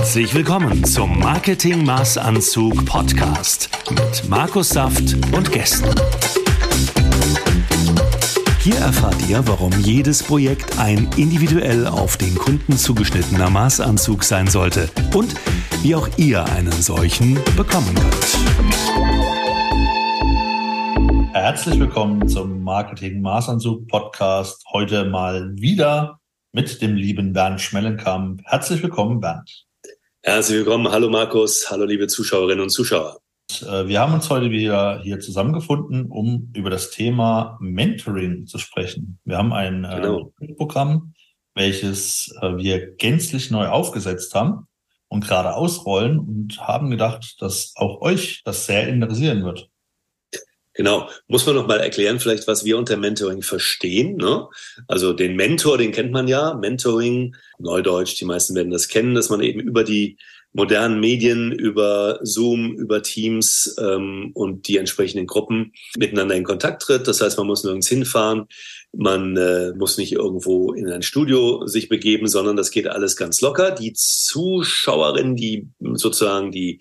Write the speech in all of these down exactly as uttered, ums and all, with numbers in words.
Herzlich willkommen zum Marketing-Maßanzug Podcast mit Markus Saft und Gästen. Hier erfahrt ihr, warum jedes Projekt ein individuell auf den Kunden zugeschnittener Maßanzug sein sollte und wie auch ihr einen solchen bekommen könnt. Herzlich willkommen zum Marketing-Maßanzug Podcast. Heute mal wieder mit dem lieben Bernd Schmellenkamp. Herzlich willkommen, Bernd. Herzlich willkommen. Hallo Markus. Hallo liebe Zuschauerinnen und Zuschauer. Wir haben uns heute wieder hier zusammengefunden, um über das Thema Mentoring zu sprechen. Wir haben ein genau. äh, Programm, welches äh, wir gänzlich neu aufgesetzt haben und gerade ausrollen und haben gedacht, dass auch euch das sehr interessieren wird. Genau. Muss man noch mal erklären, vielleicht, was wir unter Mentoring verstehen, ne? Also den Mentor, den kennt man ja. Mentoring, Neudeutsch, die meisten werden das kennen, dass man eben über die modernen Medien, über Zoom, über Teams ähm, und die entsprechenden Gruppen miteinander in Kontakt tritt. Das heißt, man muss nirgends hinfahren, man äh, muss nicht irgendwo in ein Studio sich begeben, sondern das geht alles ganz locker. Die Zuschauerinnen, die sozusagen die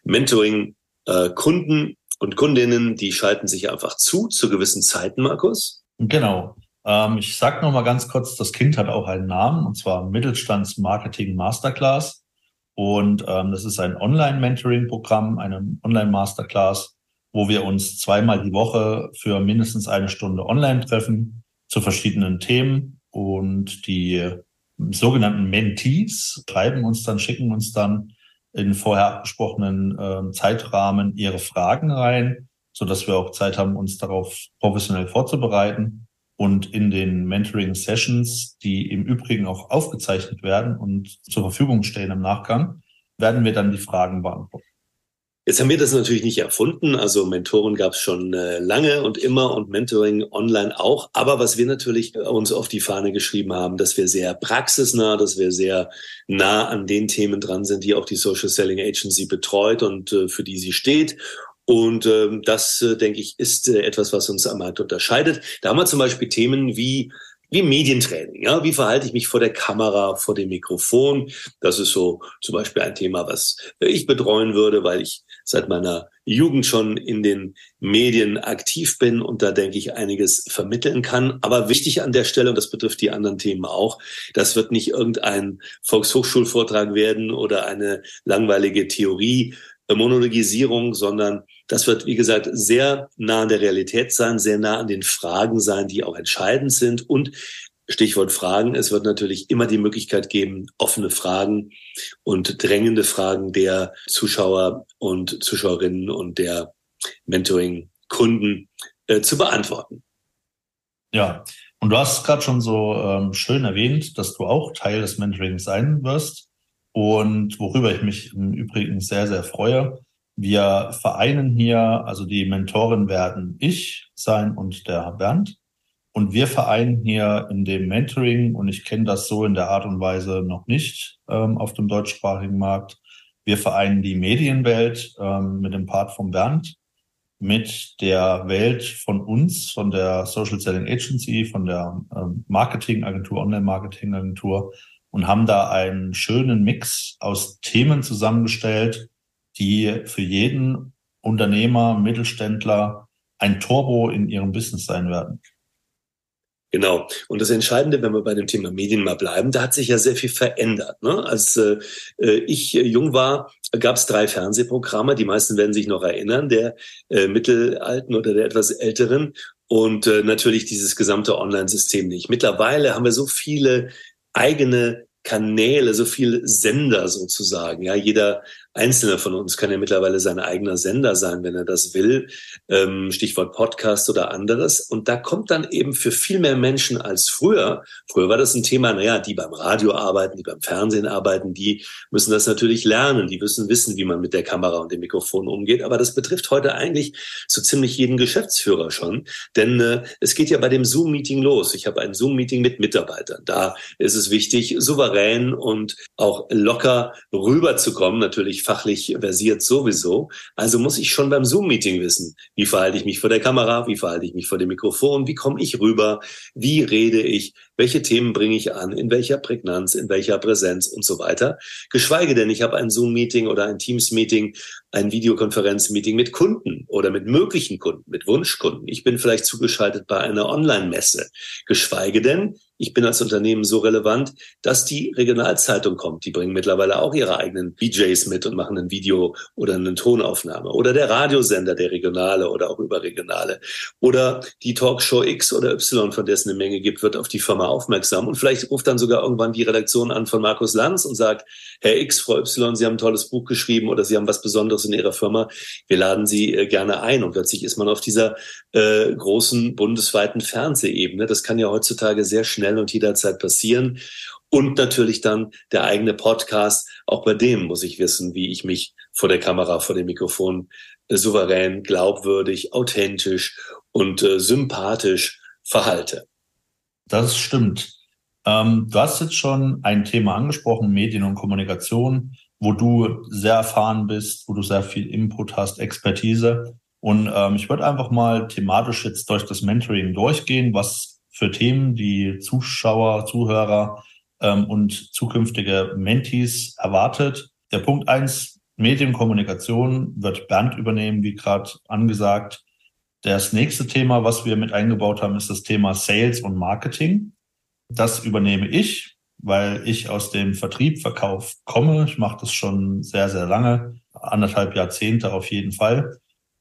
Mentoring-Kunden äh, und Kundinnen, die schalten sich einfach zu, zu gewissen Zeiten, Markus. Genau. Ähm, ich sage noch mal ganz kurz, das Kind hat auch einen Namen, und zwar Mittelstands Marketing Masterclass. Und ähm, das ist ein Online-Mentoring-Programm, eine Online-Masterclass, wo wir uns zweimal die Woche für mindestens eine Stunde online treffen zu verschiedenen Themen. Und die sogenannten Mentees schreiben uns dann, schicken uns dann in vorher abgesprochenen äh, Zeitrahmen ihre Fragen rein, so dass wir auch Zeit haben, uns darauf professionell vorzubereiten. Und in den Mentoring-Sessions, die im Übrigen auch aufgezeichnet werden und zur Verfügung stehen im Nachgang, werden wir dann die Fragen beantworten. Jetzt haben wir das natürlich nicht erfunden. Also Mentoren gab es schon äh, lange und immer und Mentoring online auch. Aber was wir natürlich uns auf die Fahne geschrieben haben, dass wir sehr praxisnah, dass wir sehr nah an den Themen dran sind, die auch die Social Selling Agency betreut und äh, für die sie steht. Und ähm, das, äh, denke ich, ist äh, etwas, was uns am Markt unterscheidet. Da haben wir zum Beispiel Themen wie wie Medientraining. Ja, wie verhalte ich mich vor der Kamera, vor dem Mikrofon? Das ist so zum Beispiel ein Thema, was ich betreuen würde, weil ich seit meiner Jugend schon in den Medien aktiv bin und da, denke ich, einiges vermitteln kann. Aber wichtig an der Stelle, und das betrifft die anderen Themen auch, das wird nicht irgendein Volkshochschulvortrag werden oder eine langweilige Theorie, Monologisierung, sondern das wird, wie gesagt, sehr nah an der Realität sein, sehr nah an den Fragen sein, die auch entscheidend sind. Und Stichwort Fragen, es wird natürlich immer die Möglichkeit geben, offene Fragen und drängende Fragen der Zuschauer und Zuschauerinnen und der Mentoring-Kunden äh, zu beantworten. Ja, und du hast gerade schon so ähm, schön erwähnt, dass du auch Teil des Mentorings sein wirst. Und worüber ich mich im Übrigen sehr, sehr freue, wir vereinen hier, also die Mentoren werden ich sein und der Bernd. Und wir vereinen hier in dem Mentoring, und ich kenne das so in der Art und Weise noch nicht ähm, auf dem deutschsprachigen Markt, wir vereinen die Medienwelt ähm, mit dem Part von Bernd, mit der Welt von uns, von der Social Selling Agency, von der ähm, Marketingagentur, Online-Marketingagentur, und haben da einen schönen Mix aus Themen zusammengestellt, die für jeden Unternehmer, Mittelständler ein Turbo in ihrem Business sein werden. Genau. Und das Entscheidende, wenn wir bei dem Thema Medien mal bleiben, da hat sich ja sehr viel verändert. Ne? Als äh, ich äh, jung war, gab es drei Fernsehprogramme. Die meisten werden sich noch erinnern, der äh, Mittelalten oder der etwas Älteren. Und äh, natürlich dieses gesamte Online-System nicht. Mittlerweile haben wir so viele eigene Kanäle, so viele Sender sozusagen. Ja, jeder Einzelne von uns kann ja mittlerweile sein eigener Sender sein, wenn er das will. Ähm, Stichwort Podcast oder anderes. Und da kommt dann eben für viel mehr Menschen als früher. Früher war das ein Thema, naja, die beim Radio arbeiten, die beim Fernsehen arbeiten, die müssen das natürlich lernen. Die müssen wissen, wie man mit der Kamera und dem Mikrofon umgeht. Aber das betrifft heute eigentlich so ziemlich jeden Geschäftsführer schon. Denn äh, es geht ja bei dem Zoom-Meeting los. Ich habe ein Zoom-Meeting mit Mitarbeitern. Da ist es wichtig, souverän und auch locker rüberzukommen. Natürlich fachlich versiert sowieso. Also muss ich schon beim Zoom-Meeting wissen, wie verhalte ich mich vor der Kamera, wie verhalte ich mich vor dem Mikrofon, wie komme ich rüber, wie rede ich, welche Themen bringe ich an, in welcher Prägnanz, in welcher Präsenz und so weiter. Geschweige denn, ich habe ein Zoom-Meeting oder ein Teams-Meeting, ein Videokonferenz-Meeting mit Kunden oder mit möglichen Kunden, mit Wunschkunden. Ich bin vielleicht zugeschaltet bei einer Online-Messe. Geschweige denn, ich bin als Unternehmen so relevant, dass die Regionalzeitung kommt. Die bringen mittlerweile auch ihre eigenen D Js mit und machen ein Video oder eine Tonaufnahme. Oder der Radiosender, der regionale oder auch überregionale. Oder die Talkshow X oder Y, von der es eine Menge gibt, wird auf die Firma aufmerksam. Und vielleicht ruft dann sogar irgendwann die Redaktion an von Markus Lanz und sagt, Herr X, Frau Y, Sie haben ein tolles Buch geschrieben oder Sie haben was Besonderes in Ihrer Firma. Wir laden Sie äh, gerne ein. Und plötzlich ist man auf dieser äh, großen bundesweiten Fernsehebene. Das kann ja heutzutage sehr schnell und jederzeit passieren. Und natürlich dann der eigene Podcast. Auch bei dem muss ich wissen, wie ich mich vor der Kamera, vor dem Mikrofon äh, souverän, glaubwürdig, authentisch und äh, sympathisch verhalte. Das stimmt. Ähm, du hast jetzt schon ein Thema angesprochen, Medien und Kommunikation, wo du sehr erfahren bist, wo du sehr viel Input hast, Expertise. Und ähm, ich würde einfach mal thematisch jetzt durch das Mentoring durchgehen, was für Themen die Zuschauer, Zuhörer ähm, und zukünftige Mentees erwartet. Der Punkt eins, Medienkommunikation, wird Bernd übernehmen, wie gerade angesagt. Das nächste Thema, was wir mit eingebaut haben, ist das Thema Sales und Marketing. Das übernehme ich, weil ich aus dem Vertrieb, Verkauf komme. Ich mache das schon sehr, sehr lange, anderthalb Jahrzehnte auf jeden Fall.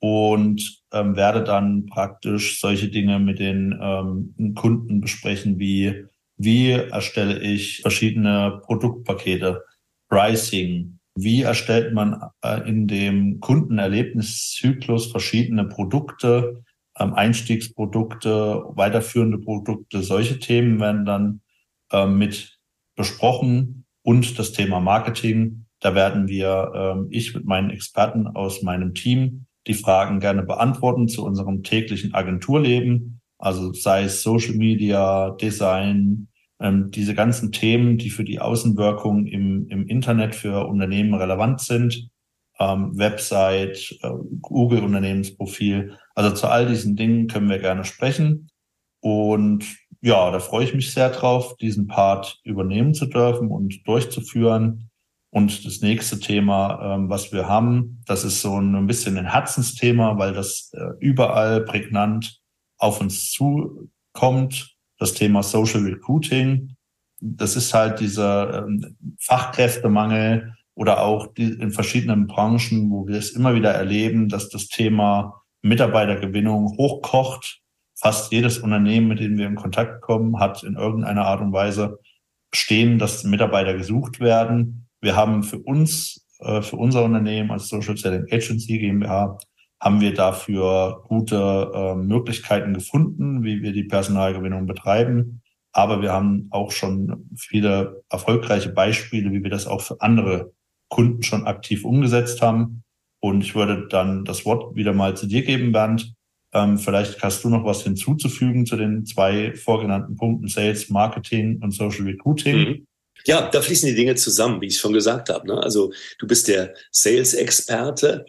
Und ähm, werde dann praktisch solche Dinge mit den ähm, Kunden besprechen, wie wie erstelle ich verschiedene Produktpakete, Pricing, wie erstellt man äh, in dem Kundenerlebniszyklus verschiedene Produkte, ähm, Einstiegsprodukte, weiterführende Produkte. Solche Themen werden dann ähm, mit besprochen und das Thema Marketing. Da werden wir, ähm, ich mit meinen Experten aus meinem Team, die Fragen gerne beantworten zu unserem täglichen Agenturleben, also sei es Social Media, Design, ähm, diese ganzen Themen, die für die Außenwirkung im, im Internet für Unternehmen relevant sind, ähm, Website, äh, Google-Unternehmensprofil. Also zu all diesen Dingen können wir gerne sprechen. Und ja, da freue ich mich sehr drauf, diesen Part übernehmen zu dürfen und durchzuführen. Und das nächste Thema, ähm, was wir haben, das ist so ein bisschen ein Herzensthema, weil das äh, überall prägnant auf uns zukommt. Das Thema Social Recruiting. Das ist halt dieser ähm, Fachkräftemangel oder auch die, in verschiedenen Branchen, wo wir es immer wieder erleben, dass das Thema Mitarbeitergewinnung hochkocht. Fast jedes Unternehmen, mit dem wir in Kontakt kommen, hat in irgendeiner Art und Weise stehen, dass Mitarbeiter gesucht werden. Wir haben für uns, für unser Unternehmen als Social Selling Agency GmbH, haben wir dafür gute äh, Möglichkeiten gefunden, wie wir die Personalgewinnung betreiben. Aber wir haben auch schon viele erfolgreiche Beispiele, wie wir das auch für andere Kunden schon aktiv umgesetzt haben. Und ich würde dann das Wort wieder mal zu dir geben, Bernd. Ähm, vielleicht hast du noch was hinzuzufügen zu den zwei vorgenannten Punkten Sales, Marketing und Social Recruiting. Mhm. Ja, da fließen die Dinge zusammen, wie ich es schon gesagt habe. Ne? Also du bist der Sales-Experte,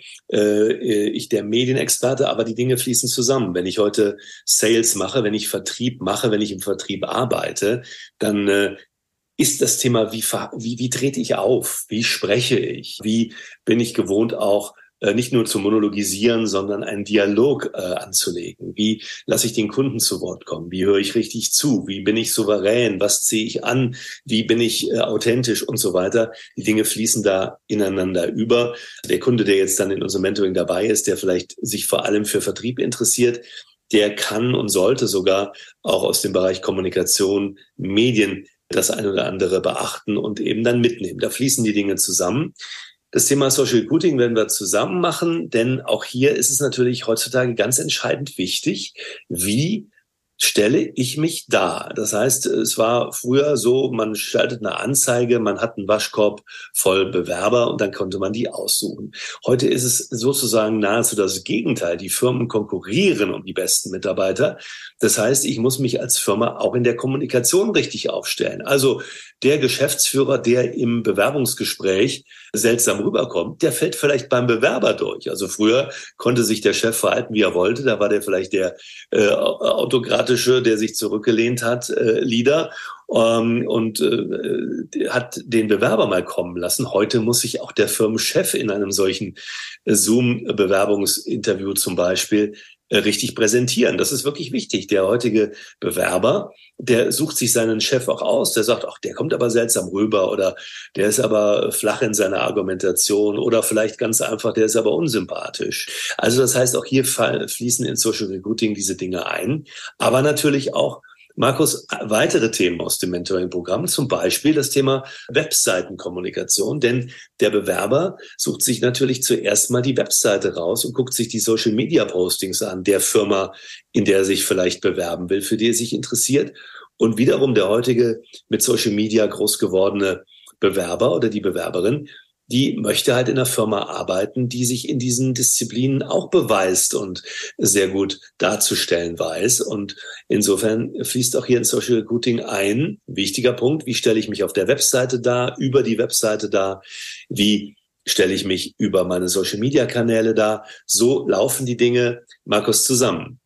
äh, ich der Medienexperte, aber die Dinge fließen zusammen. Wenn ich heute Sales mache, wenn ich Vertrieb mache, wenn ich im Vertrieb arbeite, dann äh, ist das Thema, wie, wie, wie trete ich auf, wie spreche ich, wie bin ich gewohnt auch, nicht nur zu monologisieren, sondern einen Dialog äh, anzulegen. Wie lasse ich den Kunden zu Wort kommen? Wie höre ich richtig zu? Wie bin ich souverän? Was ziehe ich an? Wie bin ich äh, authentisch und so weiter? Die Dinge fließen da ineinander über. Der Kunde, der jetzt dann in unserem Mentoring dabei ist, der vielleicht sich vor allem für Vertrieb interessiert, der kann und sollte sogar auch aus dem Bereich Kommunikation, Medien das eine oder andere beachten und eben dann mitnehmen. Da fließen die Dinge zusammen. Das Thema Social Recruiting werden wir zusammen machen, denn auch hier ist es natürlich heutzutage ganz entscheidend wichtig, wie stelle ich mich dar. Das heißt, es war früher so, man schaltet eine Anzeige, man hat einen Waschkorb voll Bewerber und dann konnte man die aussuchen. Heute ist es sozusagen nahezu das Gegenteil. Die Firmen konkurrieren um die besten Mitarbeiter. Das heißt, ich muss mich als Firma auch in der Kommunikation richtig aufstellen. Also der Geschäftsführer, der im Bewerbungsgespräch seltsam rüberkommt, der fällt vielleicht beim Bewerber durch. Also früher konnte sich der Chef verhalten, wie er wollte. Da war der vielleicht der äh, Autokrat unsympathische, der sich zurückgelehnt hat, äh, Leader ähm, und äh, hat den Bewerber mal kommen lassen. Heute muss sich auch der Firmenchef in einem solchen äh, Zoom-Bewerbungsinterview zum Beispiel äh, richtig präsentieren. Das ist wirklich wichtig. Der heutige Bewerber, der sucht sich seinen Chef auch aus. Der sagt, ach, der kommt aber seltsam rüber oder der ist aber flach in seiner Argumentation oder vielleicht ganz einfach, der ist aber unsympathisch. Also das heißt, auch hier fließen in Social Recruiting diese Dinge ein. Aber natürlich auch, Markus, weitere Themen aus dem Mentoring-Programm, zum Beispiel das Thema Webseitenkommunikation, denn der Bewerber sucht sich natürlich zuerst mal die Webseite raus und guckt sich die Social-Media-Postings an der Firma, in der er sich vielleicht bewerben will, für die er sich interessiert. Und wiederum der heutige mit Social-Media groß gewordene Bewerber oder die Bewerberin, die möchte halt in einer Firma arbeiten, die sich in diesen Disziplinen auch beweist und sehr gut darzustellen weiß. Und insofern fließt auch hier in Social Recruiting ein wichtiger Punkt. Wie stelle ich mich auf der Webseite dar, über die Webseite dar? Wie stelle ich mich über meine Social-Media-Kanäle dar? So laufen die Dinge, Markus, zusammen.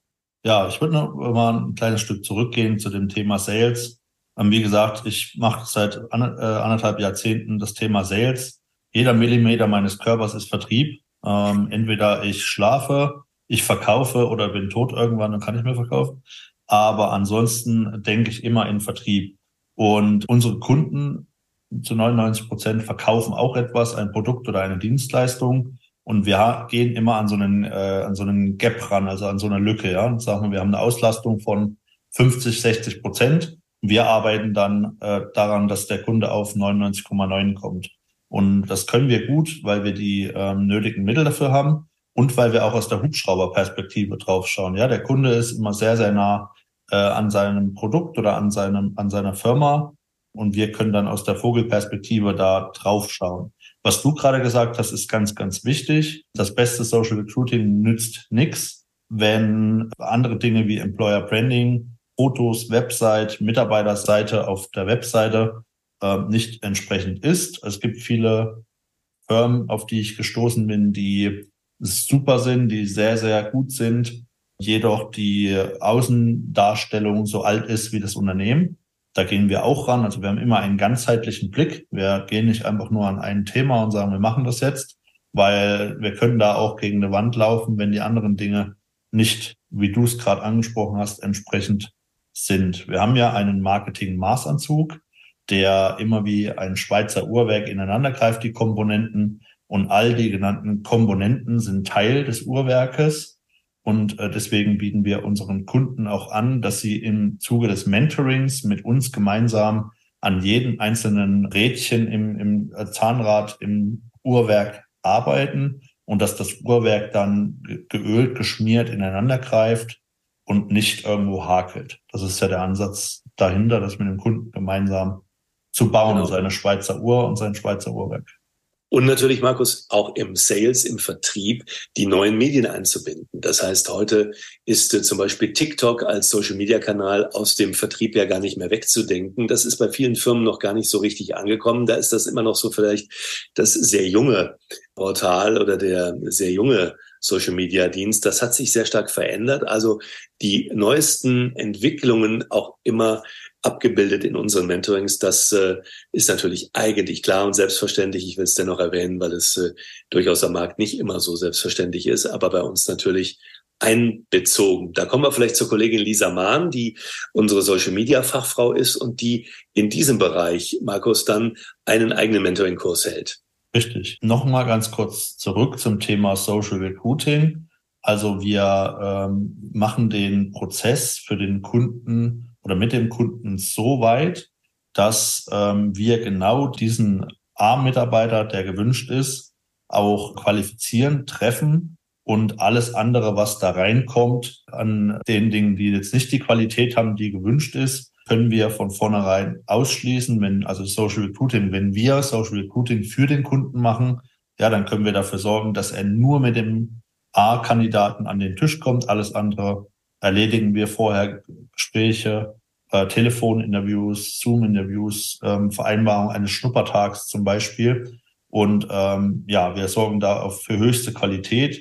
Ja, ich würde noch mal ein kleines Stück zurückgehen zu dem Thema Sales. Wie gesagt, ich mache seit anderthalb Jahrzehnten das Thema Sales. Jeder Millimeter meines Körpers ist Vertrieb. Ähm, entweder ich schlafe, ich verkaufe oder bin tot irgendwann, dann kann ich mehr verkaufen. Aber ansonsten denke ich immer in Vertrieb. Und unsere Kunden zu neunundneunzig Prozent verkaufen auch etwas, ein Produkt oder eine Dienstleistung. Und wir gehen immer an so einen, äh, an so einen Gap ran, also an so eine Lücke. Ja, und sagen wir, wir haben eine Auslastung von fünfzig, sechzig Prozent. Wir arbeiten dann äh, daran, dass der Kunde auf neunundneunzig Komma neun kommt. Und das können wir gut, weil wir die ähm, nötigen Mittel dafür haben und weil wir auch aus der Hubschrauberperspektive draufschauen. Ja, der Kunde ist immer sehr, sehr nah äh, an seinem Produkt oder an seinem an seiner Firma und wir können dann aus der Vogelperspektive da draufschauen. Was du gerade gesagt hast, ist ganz, ganz wichtig. Das beste Social Recruiting nützt nichts, wenn andere Dinge wie Employer Branding, Fotos, Website, Mitarbeiterseite auf der Webseite äh, nicht entsprechend ist. Es gibt viele Firmen, auf die ich gestoßen bin, die super sind, die sehr, sehr gut sind, jedoch die Außendarstellung so alt ist wie das Unternehmen. Da gehen wir auch ran. Also wir haben immer einen ganzheitlichen Blick. Wir gehen nicht einfach nur an ein Thema und sagen, wir machen das jetzt, weil wir können da auch gegen eine Wand laufen, wenn die anderen Dinge nicht, wie du es gerade angesprochen hast, entsprechend sind. Wir haben ja einen Marketing-Maßanzug, der immer wie ein Schweizer Uhrwerk ineinander greift, die Komponenten. Und all die genannten Komponenten sind Teil des Uhrwerkes. Und deswegen bieten wir unseren Kunden auch an, dass sie im Zuge des Mentorings mit uns gemeinsam an jedem einzelnen Rädchen im, im Zahnrad, im Uhrwerk arbeiten und dass das Uhrwerk dann geölt, geschmiert ineinander greift und nicht irgendwo hakelt. Das ist ja der Ansatz dahinter, das mit dem Kunden gemeinsam zu bauen, genau. Seine Schweizer Uhr und sein Schweizer Uhrwerk. Und natürlich, Markus, auch im Sales, im Vertrieb, die neuen Medien einzubinden. Das heißt, heute ist äh, zum Beispiel TikTok als Social-Media-Kanal aus dem Vertrieb ja gar nicht mehr wegzudenken. Das ist bei vielen Firmen noch gar nicht so richtig angekommen. Da ist das immer noch so vielleicht das sehr junge Portal oder der sehr junge Social-Media-Dienst. Das hat sich sehr stark verändert. Also die neuesten Entwicklungen auch immer abgebildet in unseren Mentorings. Das äh, ist natürlich eigentlich klar und selbstverständlich. Ich will es dennoch erwähnen, weil es äh, durchaus am Markt nicht immer so selbstverständlich ist, aber bei uns natürlich einbezogen. Da kommen wir vielleicht zur Kollegin Lisa Mahn, die unsere Social-Media-Fachfrau ist und die in diesem Bereich, Markus, dann einen eigenen Mentoring-Kurs hält. Richtig. Nochmal ganz kurz zurück zum Thema Social Recruiting. Also wir ähm, machen den Prozess für den Kunden oder mit dem Kunden so weit, dass ähm, wir genau diesen A-Mitarbeiter, der gewünscht ist, auch qualifizieren, treffen und alles andere, was da reinkommt, an den Dingen, die jetzt nicht die Qualität haben, die gewünscht ist, können wir von vornherein ausschließen. Wenn also Social Recruiting, wenn wir Social Recruiting für den Kunden machen, ja, dann können wir dafür sorgen, dass er nur mit dem A-Kandidaten an den Tisch kommt. Alles andere erledigen wir vorher, Gespräche, äh, Telefoninterviews, Zoom-Interviews, ähm, Vereinbarung eines Schnuppertags zum Beispiel. Und ähm, ja, wir sorgen da auch für höchste Qualität.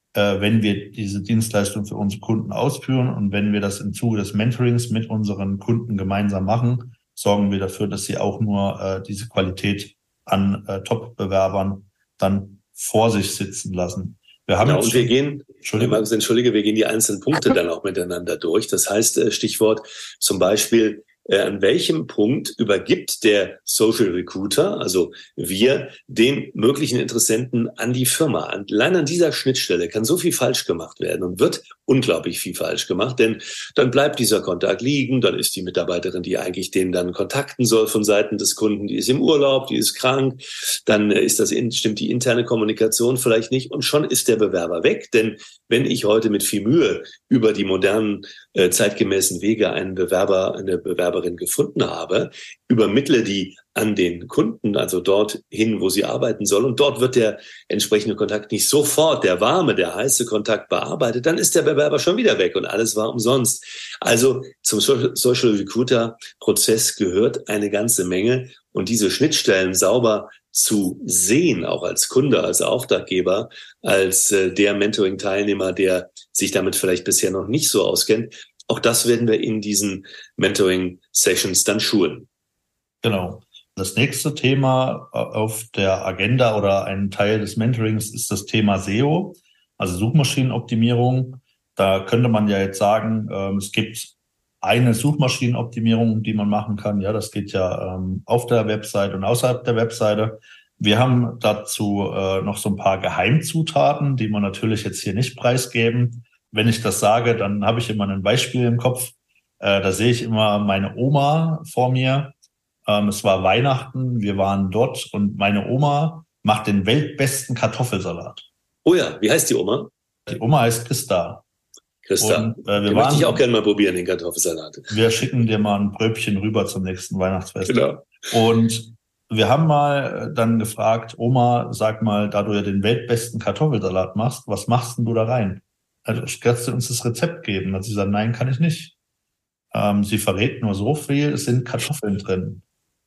äh, wenn wir diese Dienstleistung für unsere Kunden ausführen und wenn wir das im Zuge des Mentorings mit unseren Kunden gemeinsam machen, sorgen wir dafür, dass sie auch nur äh, diese Qualität an äh, Top-Bewerbern dann vor sich sitzen lassen. Wir haben genau, und wir gehen, Entschuldige. Entschuldige, wir gehen die einzelnen Punkte dann auch miteinander durch. Das heißt, Stichwort zum Beispiel, äh, an welchem Punkt übergibt der Social Recruiter, also wir, den möglichen Interessenten an die Firma. Allein an dieser Schnittstelle kann so viel falsch gemacht werden und wird unglaublich viel falsch gemacht, denn dann bleibt dieser Kontakt liegen, dann ist die Mitarbeiterin, die eigentlich den dann kontakten soll von Seiten des Kunden, die ist im Urlaub, die ist krank, dann ist das, stimmt die interne Kommunikation vielleicht nicht und schon ist der Bewerber weg, denn wenn ich heute mit viel Mühe über die modernen, äh, zeitgemäßen Wege einen Bewerber, eine Bewerberin gefunden habe, übermittle die an den Kunden, also dorthin, wo sie arbeiten soll, und dort wird der entsprechende Kontakt nicht sofort, der warme, der heiße Kontakt bearbeitet, dann ist der Bewerber schon wieder weg und alles war umsonst. Also zum Social Recruiter Prozess gehört eine ganze Menge und diese Schnittstellen sauber zu sehen, auch als Kunde, als Auftraggeber, als äh, der Mentoring-Teilnehmer, der sich damit vielleicht bisher noch nicht so auskennt. Auch das werden wir in diesen Mentoring-Sessions dann schulen. Genau. Das nächste Thema auf der Agenda oder ein Teil des Mentorings ist das Thema S E O, also Suchmaschinenoptimierung. Da könnte man ja jetzt sagen, ähm, es gibt eine Suchmaschinenoptimierung, die man machen kann. Ja, das geht ja ähm, auf der Website und außerhalb der Webseite. Wir haben dazu äh, noch so ein paar Geheimzutaten, die man natürlich jetzt hier nicht preisgeben. Wenn ich das sage, dann habe ich immer ein Beispiel im Kopf. Äh, da sehe ich immer meine Oma vor mir. Ähm, es war Weihnachten, wir waren dort und meine Oma macht den weltbesten Kartoffelsalat. Oh ja, wie heißt die Oma? Die Oma heißt Christa. Christa, und, äh, wir den waren, möchte ich auch gerne mal probieren, den Kartoffelsalat. Wir schicken dir mal ein Bröbchen rüber zum nächsten Weihnachtsfest. Genau. Und wir haben mal dann gefragt, Oma, sag mal, da du ja den weltbesten Kartoffelsalat machst, was machst denn du da rein? Also, kannst du uns das Rezept geben? Und sie sagt, nein, kann ich nicht. Ähm, sie verrät nur so viel, es sind Kartoffeln drin.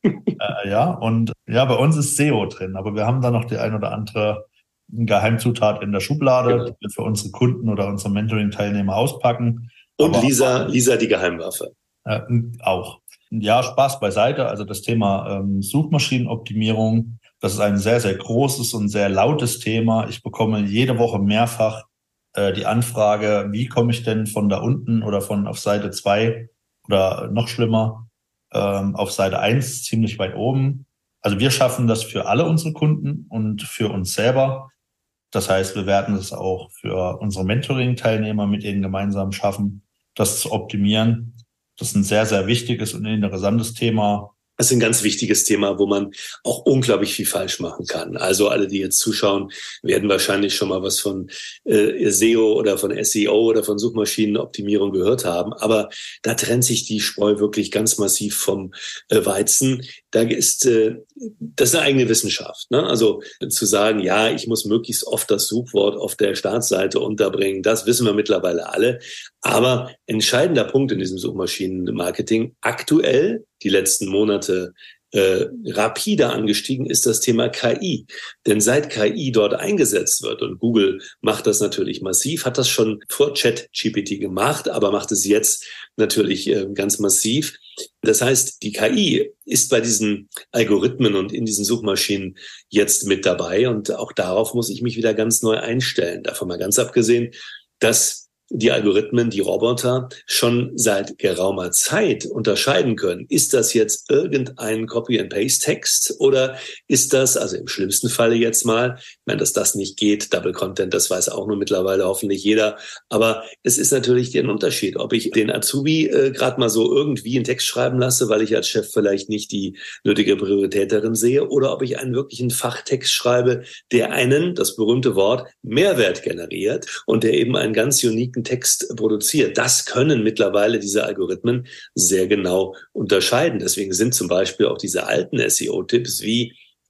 äh, ja, und ja, bei uns ist S E O drin, aber wir haben da noch die ein oder andere Geheimzutat in der Schublade, genau, die wir für unsere Kunden oder unsere Mentoring-Teilnehmer auspacken. Und aber, Lisa, Lisa die Geheimwaffe. Äh, auch. Ja, Spaß beiseite. Also das Thema ähm, Suchmaschinenoptimierung, das ist ein sehr, sehr großes und sehr lautes Thema. Ich bekomme jede Woche mehrfach äh, die Anfrage, wie komme ich denn von da unten oder von auf Seite zwei oder noch schlimmer ähm, auf Seite eins ziemlich weit oben. Also wir schaffen das für alle unsere Kunden und für uns selber. Das heißt, wir werden es auch für unsere Mentoring-Teilnehmer mit ihnen gemeinsam schaffen, das zu optimieren. Das ist ein sehr, sehr wichtiges und interessantes Thema. Das ist ein ganz wichtiges Thema, wo man auch unglaublich viel falsch machen kann. Also alle, die jetzt zuschauen, werden wahrscheinlich schon mal was von äh, S E O oder von S E O oder von Suchmaschinenoptimierung gehört haben. Aber da trennt sich die Spreu wirklich ganz massiv vom äh, Weizen. Da ist äh, das ist eine eigene Wissenschaft, ne? Also zu sagen, ja, ich muss möglichst oft das Suchwort auf der Startseite unterbringen, das wissen wir mittlerweile alle. Aber entscheidender Punkt in diesem Suchmaschinenmarketing aktuell, die letzten Monate äh, rapide angestiegen, ist das Thema K I. Denn seit K I dort eingesetzt wird, und Google macht das natürlich massiv, hat das schon vor ChatGPT gemacht, aber macht es jetzt natürlich äh, ganz massiv. Das heißt, die K I ist bei diesen Algorithmen und in diesen Suchmaschinen jetzt mit dabei. Und auch darauf muss ich mich wieder ganz neu einstellen. Davon mal ganz abgesehen, dass die Algorithmen, die Roboter schon seit geraumer Zeit unterscheiden können. Ist das jetzt irgendein Copy-and-Paste-Text oder ist das, also im schlimmsten Falle jetzt mal, ich meine, dass das nicht geht, Double Content, das weiß auch nur mittlerweile hoffentlich jeder, aber es ist natürlich ein Unterschied, ob ich den Azubi äh, gerade mal so irgendwie einen Text schreiben lasse, weil ich als Chef vielleicht nicht die nötige Priorität darin sehe, oder ob ich einen wirklichen Fachtext schreibe, der einen, das berühmte Wort, Mehrwert generiert und der eben einen ganz uniken Text produziert. Das können mittlerweile diese Algorithmen sehr genau unterscheiden. Deswegen sind zum Beispiel auch diese alten S E O-Tipps wie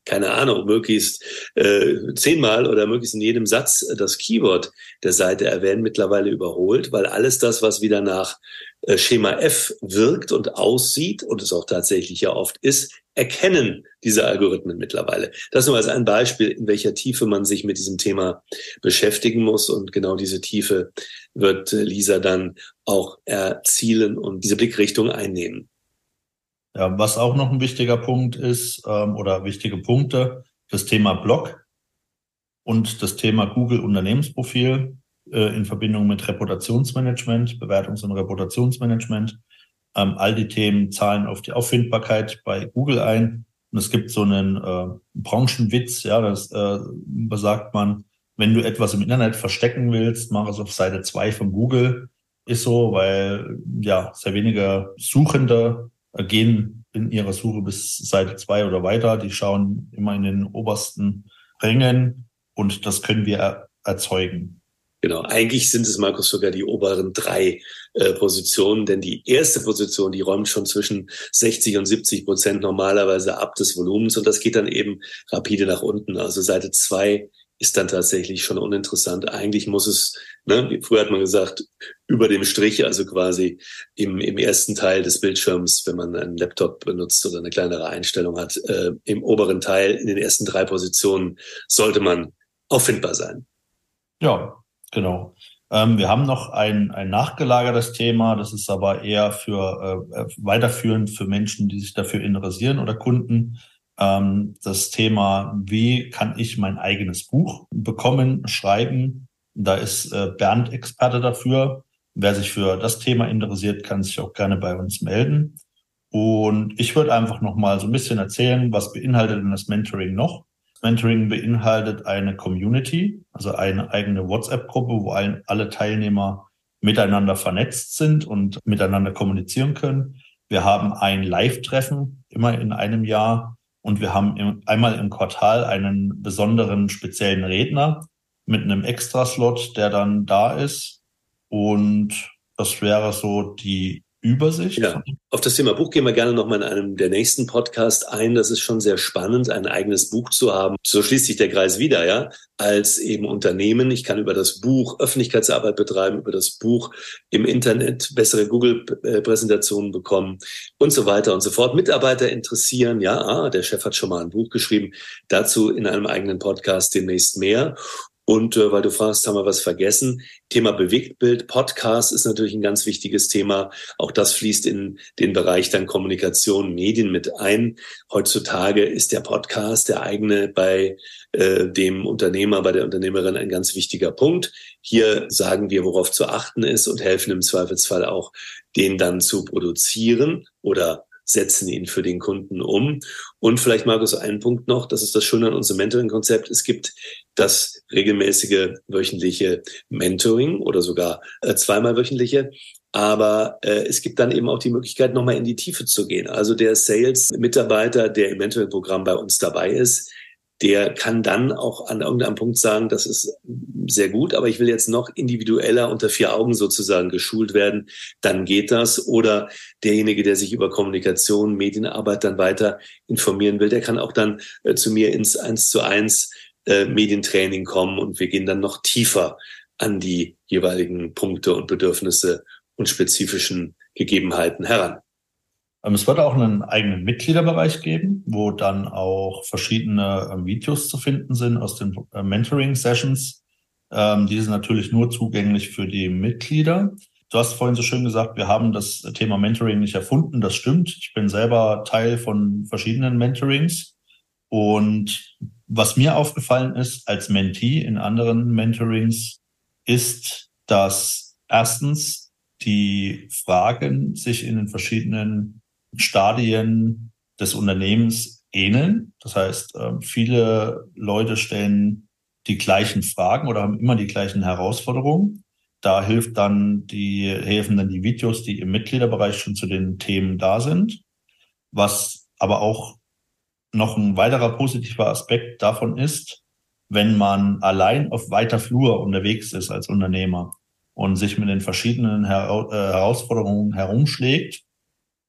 keine Ahnung, möglichst äh, zehnmal oder möglichst in jedem Satz das Keyword der Seite erwähnen, mittlerweile überholt, weil alles das, was wieder nach äh, Schema F wirkt und aussieht und es auch tatsächlich ja oft ist, erkennen diese Algorithmen mittlerweile. Das nur als ein Beispiel, in welcher Tiefe man sich mit diesem Thema beschäftigen muss, und genau diese Tiefe wird äh, Lisa dann auch erzielen und diese Blickrichtung einnehmen. Ja, was auch noch ein wichtiger Punkt ist, ähm, oder wichtige Punkte, das Thema Blog und das Thema Google Unternehmensprofil äh, in Verbindung mit Reputationsmanagement, Bewertungs- und Reputationsmanagement. Ähm, all die Themen zahlen auf die Auffindbarkeit bei Google ein. Und es gibt so einen äh, Branchenwitz, ja, das äh, besagt man, wenn du etwas im Internet verstecken willst, mach es auf Seite zwei von Google. Ist so, weil ja sehr wenige Suchende gehen in ihrer Suche bis Seite zwei oder weiter. Die schauen immer in den obersten Rängen und das können wir er- erzeugen. Genau, eigentlich sind es, Markus, sogar die oberen drei äh, Positionen, denn die erste Position, die räumt schon zwischen sechzig und siebzig Prozent normalerweise ab des Volumens, und das geht dann eben rapide nach unten. Also Seite zwei ist dann tatsächlich schon uninteressant. Eigentlich muss es, ne, wie früher hat man gesagt, über dem Strich, also quasi im, im ersten Teil des Bildschirms, wenn man einen Laptop benutzt oder eine kleinere Einstellung hat, äh, im oberen Teil, in den ersten drei Positionen, sollte man auffindbar sein. Ja, genau. Ähm, wir haben noch ein, ein nachgelagertes Thema, das ist aber eher für äh, weiterführend für Menschen, die sich dafür interessieren oder Kunden. Ähm, das Thema, wie kann ich mein eigenes Buch bekommen, schreiben? Da ist äh, Bernd Experte dafür. Wer sich für das Thema interessiert, kann sich auch gerne bei uns melden. Und ich würde einfach noch mal so ein bisschen erzählen, was beinhaltet denn das Mentoring noch? Das Mentoring beinhaltet eine Community, also eine eigene WhatsApp-Gruppe, wo ein, alle Teilnehmer miteinander vernetzt sind und miteinander kommunizieren können. Wir haben ein Live-Treffen immer in einem Jahr und wir haben im, einmal im Quartal einen besonderen speziellen Redner mit einem Extraslot, der dann da ist. Und das wäre so die Übersicht. Ja, auf das Thema Buch gehen wir gerne nochmal in einem der nächsten Podcasts ein. Das ist schon sehr spannend, ein eigenes Buch zu haben. So schließt sich der Kreis wieder, ja, als eben Unternehmen. Ich kann über das Buch Öffentlichkeitsarbeit betreiben, über das Buch im Internet bessere Google-Präsentationen bekommen und so weiter und so fort. Mitarbeiter interessieren, ja, ah, der Chef hat schon mal ein Buch geschrieben. Dazu in einem eigenen Podcast demnächst mehr. Und äh, weil du fragst, haben wir was vergessen? Thema Bewegtbild, Podcast ist natürlich ein ganz wichtiges Thema. Auch das fließt in den Bereich dann Kommunikation, Medien mit ein. Heutzutage ist der Podcast, der eigene, bei äh, dem Unternehmer, bei der Unternehmerin ein ganz wichtiger Punkt. Hier sagen wir, worauf zu achten ist, und helfen im Zweifelsfall auch, den dann zu produzieren oder setzen ihn für den Kunden um. Und vielleicht, Markus, einen Punkt noch, das ist das Schöne an unserem Mentoring-Konzept. Es gibt das regelmäßige wöchentliche Mentoring oder sogar äh, zweimal wöchentliche. Aber äh, es gibt dann eben auch die Möglichkeit, nochmal in die Tiefe zu gehen. Also der Sales-Mitarbeiter, der im Mentoring-Programm bei uns dabei ist, der kann dann auch an irgendeinem Punkt sagen, das ist sehr gut, aber ich will jetzt noch individueller unter vier Augen sozusagen geschult werden, dann geht das. Oder derjenige, der sich über Kommunikation, Medienarbeit dann weiter informieren will, der kann auch dann äh, zu mir ins eins zu eins äh, Medientraining kommen, und wir gehen dann noch tiefer an die jeweiligen Punkte und Bedürfnisse und spezifischen Gegebenheiten heran. Es wird auch einen eigenen Mitgliederbereich geben, wo dann auch verschiedene Videos zu finden sind aus den Mentoring-Sessions. Die sind natürlich nur zugänglich für die Mitglieder. Du hast vorhin so schön gesagt, wir haben das Thema Mentoring nicht erfunden. Das stimmt. Ich bin selber Teil von verschiedenen Mentorings. Und was mir aufgefallen ist als Mentee in anderen Mentorings, ist, dass erstens die Fragen sich in den verschiedenen Stadien des Unternehmens ähneln. Das heißt, viele Leute stellen die gleichen Fragen oder haben immer die gleichen Herausforderungen. Da hilft dann die, helfen dann die Videos, die im Mitgliederbereich schon zu den Themen da sind. Was aber auch noch ein weiterer positiver Aspekt davon ist, wenn man allein auf weiter Flur unterwegs ist als Unternehmer und sich mit den verschiedenen Hera- äh, Herausforderungen herumschlägt,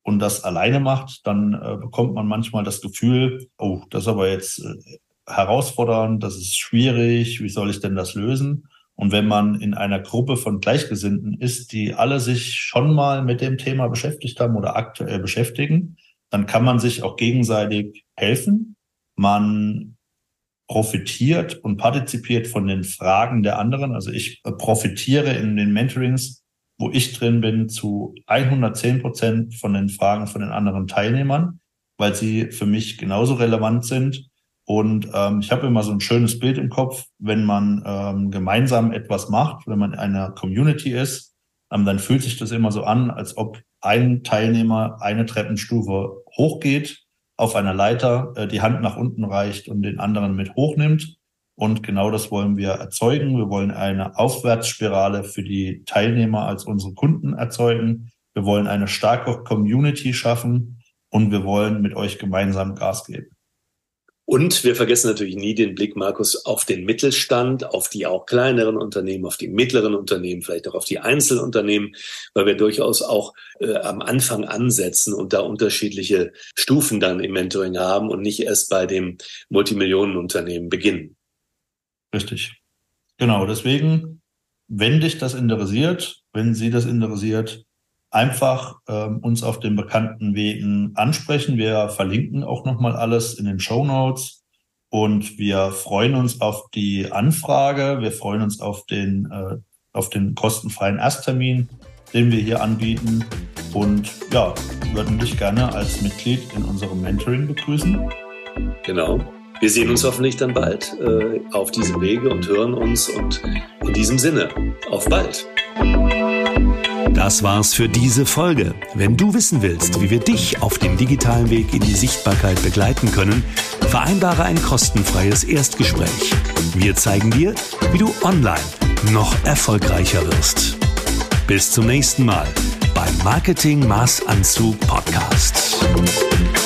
und das alleine macht, dann äh, bekommt man manchmal das Gefühl, oh, das ist aber jetzt äh, herausfordernd, das ist schwierig, wie soll ich denn das lösen? Und wenn man in einer Gruppe von Gleichgesinnten ist, die alle sich schon mal mit dem Thema beschäftigt haben oder aktuell beschäftigen, dann kann man sich auch gegenseitig helfen. Man profitiert und partizipiert von den Fragen der anderen. Also ich profitiere in den Mentorings, wo ich drin bin, zu hundertzehn Prozent von den Fragen von den anderen Teilnehmern, weil sie für mich genauso relevant sind. Und ähm, ich habe immer so ein schönes Bild im Kopf, wenn man ähm, gemeinsam etwas macht, wenn man in einer Community ist, ähm, dann fühlt sich das immer so an, als ob ein Teilnehmer eine Treppenstufe hochgeht, auf einer Leiter äh, die Hand nach unten reicht und den anderen mit hochnimmt. Und genau das wollen wir erzeugen. Wir wollen eine Aufwärtsspirale für die Teilnehmer als unsere Kunden erzeugen. Wir wollen eine starke Community schaffen und wir wollen mit euch gemeinsam Gas geben. Und wir vergessen natürlich nie den Blick, Markus, auf den Mittelstand, auf die auch kleineren Unternehmen, auf die mittleren Unternehmen, vielleicht auch auf die Einzelunternehmen, weil wir durchaus auch äh, am Anfang ansetzen und da unterschiedliche Stufen dann im Mentoring haben und nicht erst bei dem Multimillionenunternehmen beginnen. Richtig. Genau, deswegen, wenn dich das interessiert, wenn Sie das interessiert, einfach ähm, uns auf den bekannten Wegen ansprechen. Wir verlinken auch nochmal alles in den Shownotes und wir freuen uns auf die Anfrage. Wir freuen uns auf den, äh, auf den kostenfreien Ersttermin, den wir hier anbieten und ja, würden dich gerne als Mitglied in unserem Mentoring begrüßen. Genau. Wir sehen uns hoffentlich dann bald äh, auf diesem Wege und hören uns und in diesem Sinne, auf bald. Das war's für diese Folge. Wenn du wissen willst, wie wir dich auf dem digitalen Weg in die Sichtbarkeit begleiten können, vereinbare ein kostenfreies Erstgespräch. Wir zeigen dir, wie du online noch erfolgreicher wirst. Bis zum nächsten Mal beim Marketing Maßanzug Podcast.